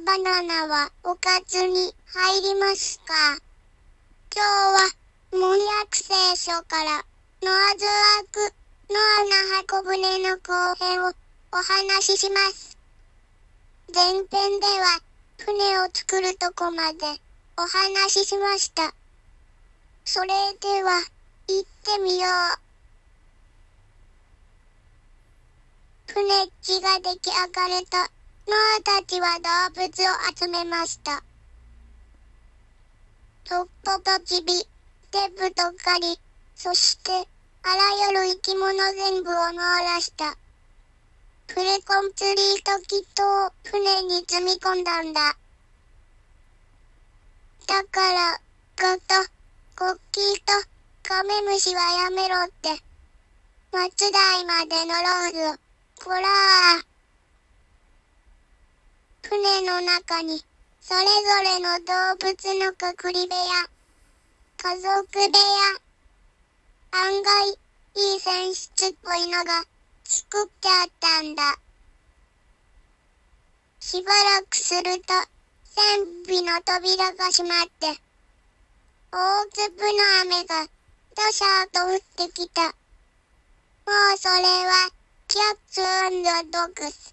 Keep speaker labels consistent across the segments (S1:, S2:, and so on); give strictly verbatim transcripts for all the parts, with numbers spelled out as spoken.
S1: バナナはおかずに入りますか？今日は門訳聖書からノアズアーク、ノアが箱舟の後編をお話しします。前編では船を作るとこまでお話ししました。それでは行ってみよう。船っちが出来上がると、ノアたちは動物を集めました。トッポとチビ、デブとカリ、そしてあらゆる生き物全部を網羅した。プレコンプリートキットを船に積み込んだんだ。だから、ガとコッキーとカメムシはやめろって。松代まで乗ろうぞ。こらー。船の中に、それぞれの動物の隠り部屋、家族部屋、案外、いい船室っぽいのが作ってあったんだ。しばらくすると、船尾の扉が閉まって、大粒の雨がドシャーと降ってきた。もうそれは、キャッツ&ドッグス。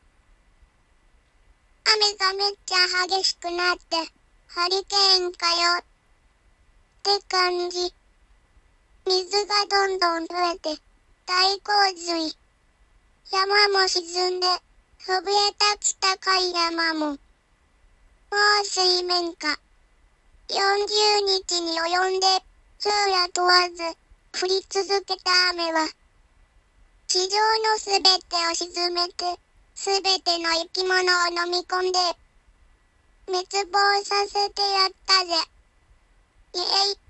S1: 雨がめっちゃ激しくなって、ハリケーンかよ。って感じ。水がどんどん増えて、大洪水。山も沈んで、そびえ立つ高い山も。もう水面下。よんじゅうにちに及んで、昼夜問わず、降り続けた雨は、地上のすべてを沈めて、すべての生き物を飲み込んで、滅亡させてやったぜ。イエイ。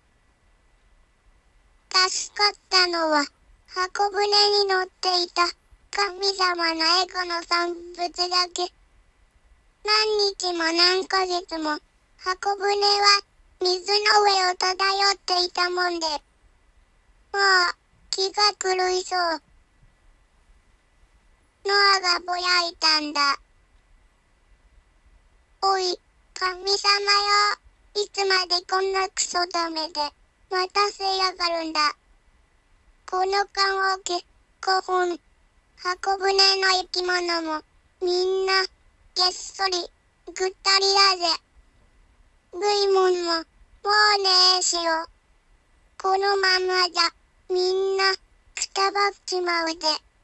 S1: 助かったのは、箱舟に乗っていた神様のエゴの産物だけ。何日も何ヶ月も、箱舟は水の上を漂っていたもんで、もう気が狂いそう。ノアがぼやいたんだ。おい、神様よ。いつまでこんなクソダメで待たせやがるんだ。この棺桶、ごほん、箱舟の生き物もみんなげっそりぐったりだぜ。食いもんももうねえしよ。このままじゃみんなくたばっちまうぜ。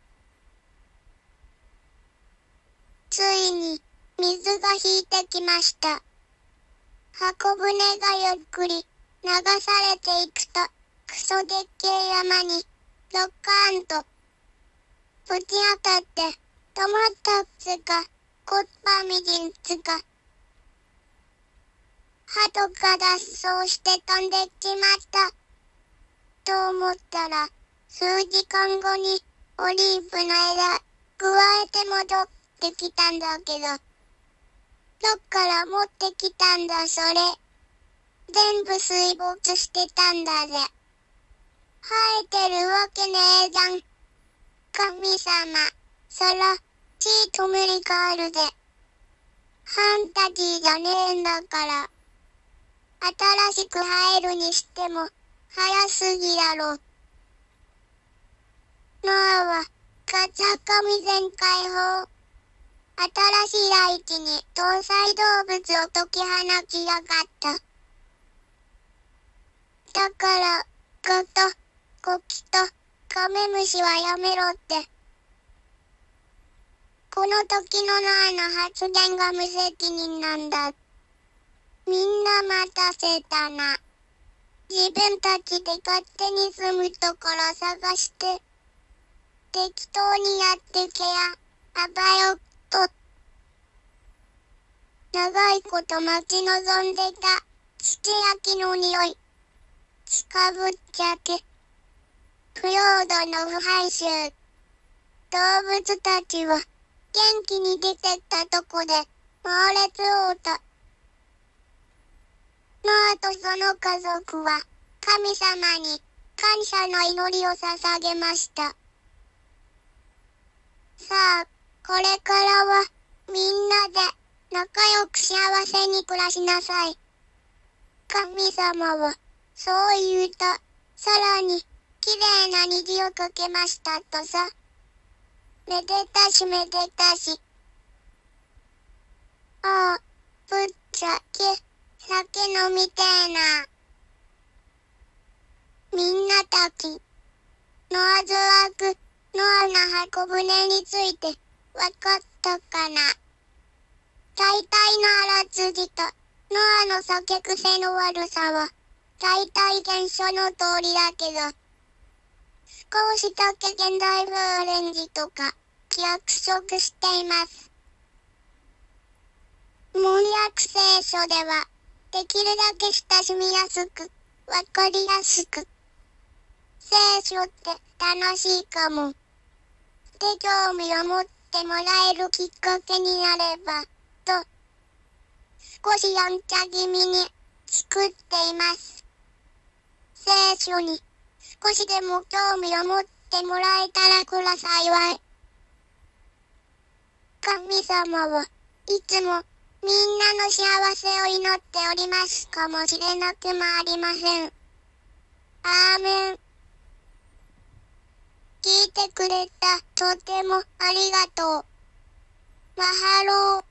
S1: ついに水が引いてきました。箱舟がゆっくり流されていくと、クソでっけえ山にドッカーンとぶち当たって止まったっつか、こっぱみじんつか。鳩が脱走して飛んでっちまった。と思ったら、数時間後にオリーブの枝、加えて戻ってきたんだけど、どっから持ってきたんだそれ。全部水没してたんだぜ。生えてるわけねえじゃん。神様、そら、血と無理があるぜ。ファンタジーじゃねえんだから。新しく生えるにしても、早すぎだろ。ノアは、ガチャ神全開法。新しい大地に搭載動物を解き放ちやがった。だから、ガとコキとカメムシはやめろって。この時のノアの発言が無責任なんだ。みんな待たせたな。自分たちで勝手に住むところ探して、適当にやってけや、あばよっと。長いこと待ち望んでた、土焼きの匂い。近ぶっちゃけ。腐葉土の腐敗臭。動物たちは、元気に出てったとこで、猛烈おうた。ノアとその家族は、神様に感謝の祈りを捧げました。さあ、これからは、みんなで、 仲良く幸せに暮らしなさい。神様は、そう言うた。さらに、綺麗な虹をかけましたとさ。めでたしめでたし。ああ、ぶっちゃけ、酒飲みてえな。みんなたち。ノアズワーク、ノアの箱舟について、わかったかな。大体のあらつじと、ノアの酒癖の悪さは、大体原書の通りだけど、少しだけ現代風アレンジとか、約束しています。文約聖書では、できるだけ親しみやすく、わかりやすく。聖書って楽しいかも。で、興味を持ってもらえるきっかけになれば、と、少しやんちゃ気味に作っています。聖書に少しでも興味を持ってもらえたらくら幸い。神様はいつもみんなの幸せを祈っておりますかもしれなくもありません。アーメン。聞いてくれた、とてもありがとう。マハロー。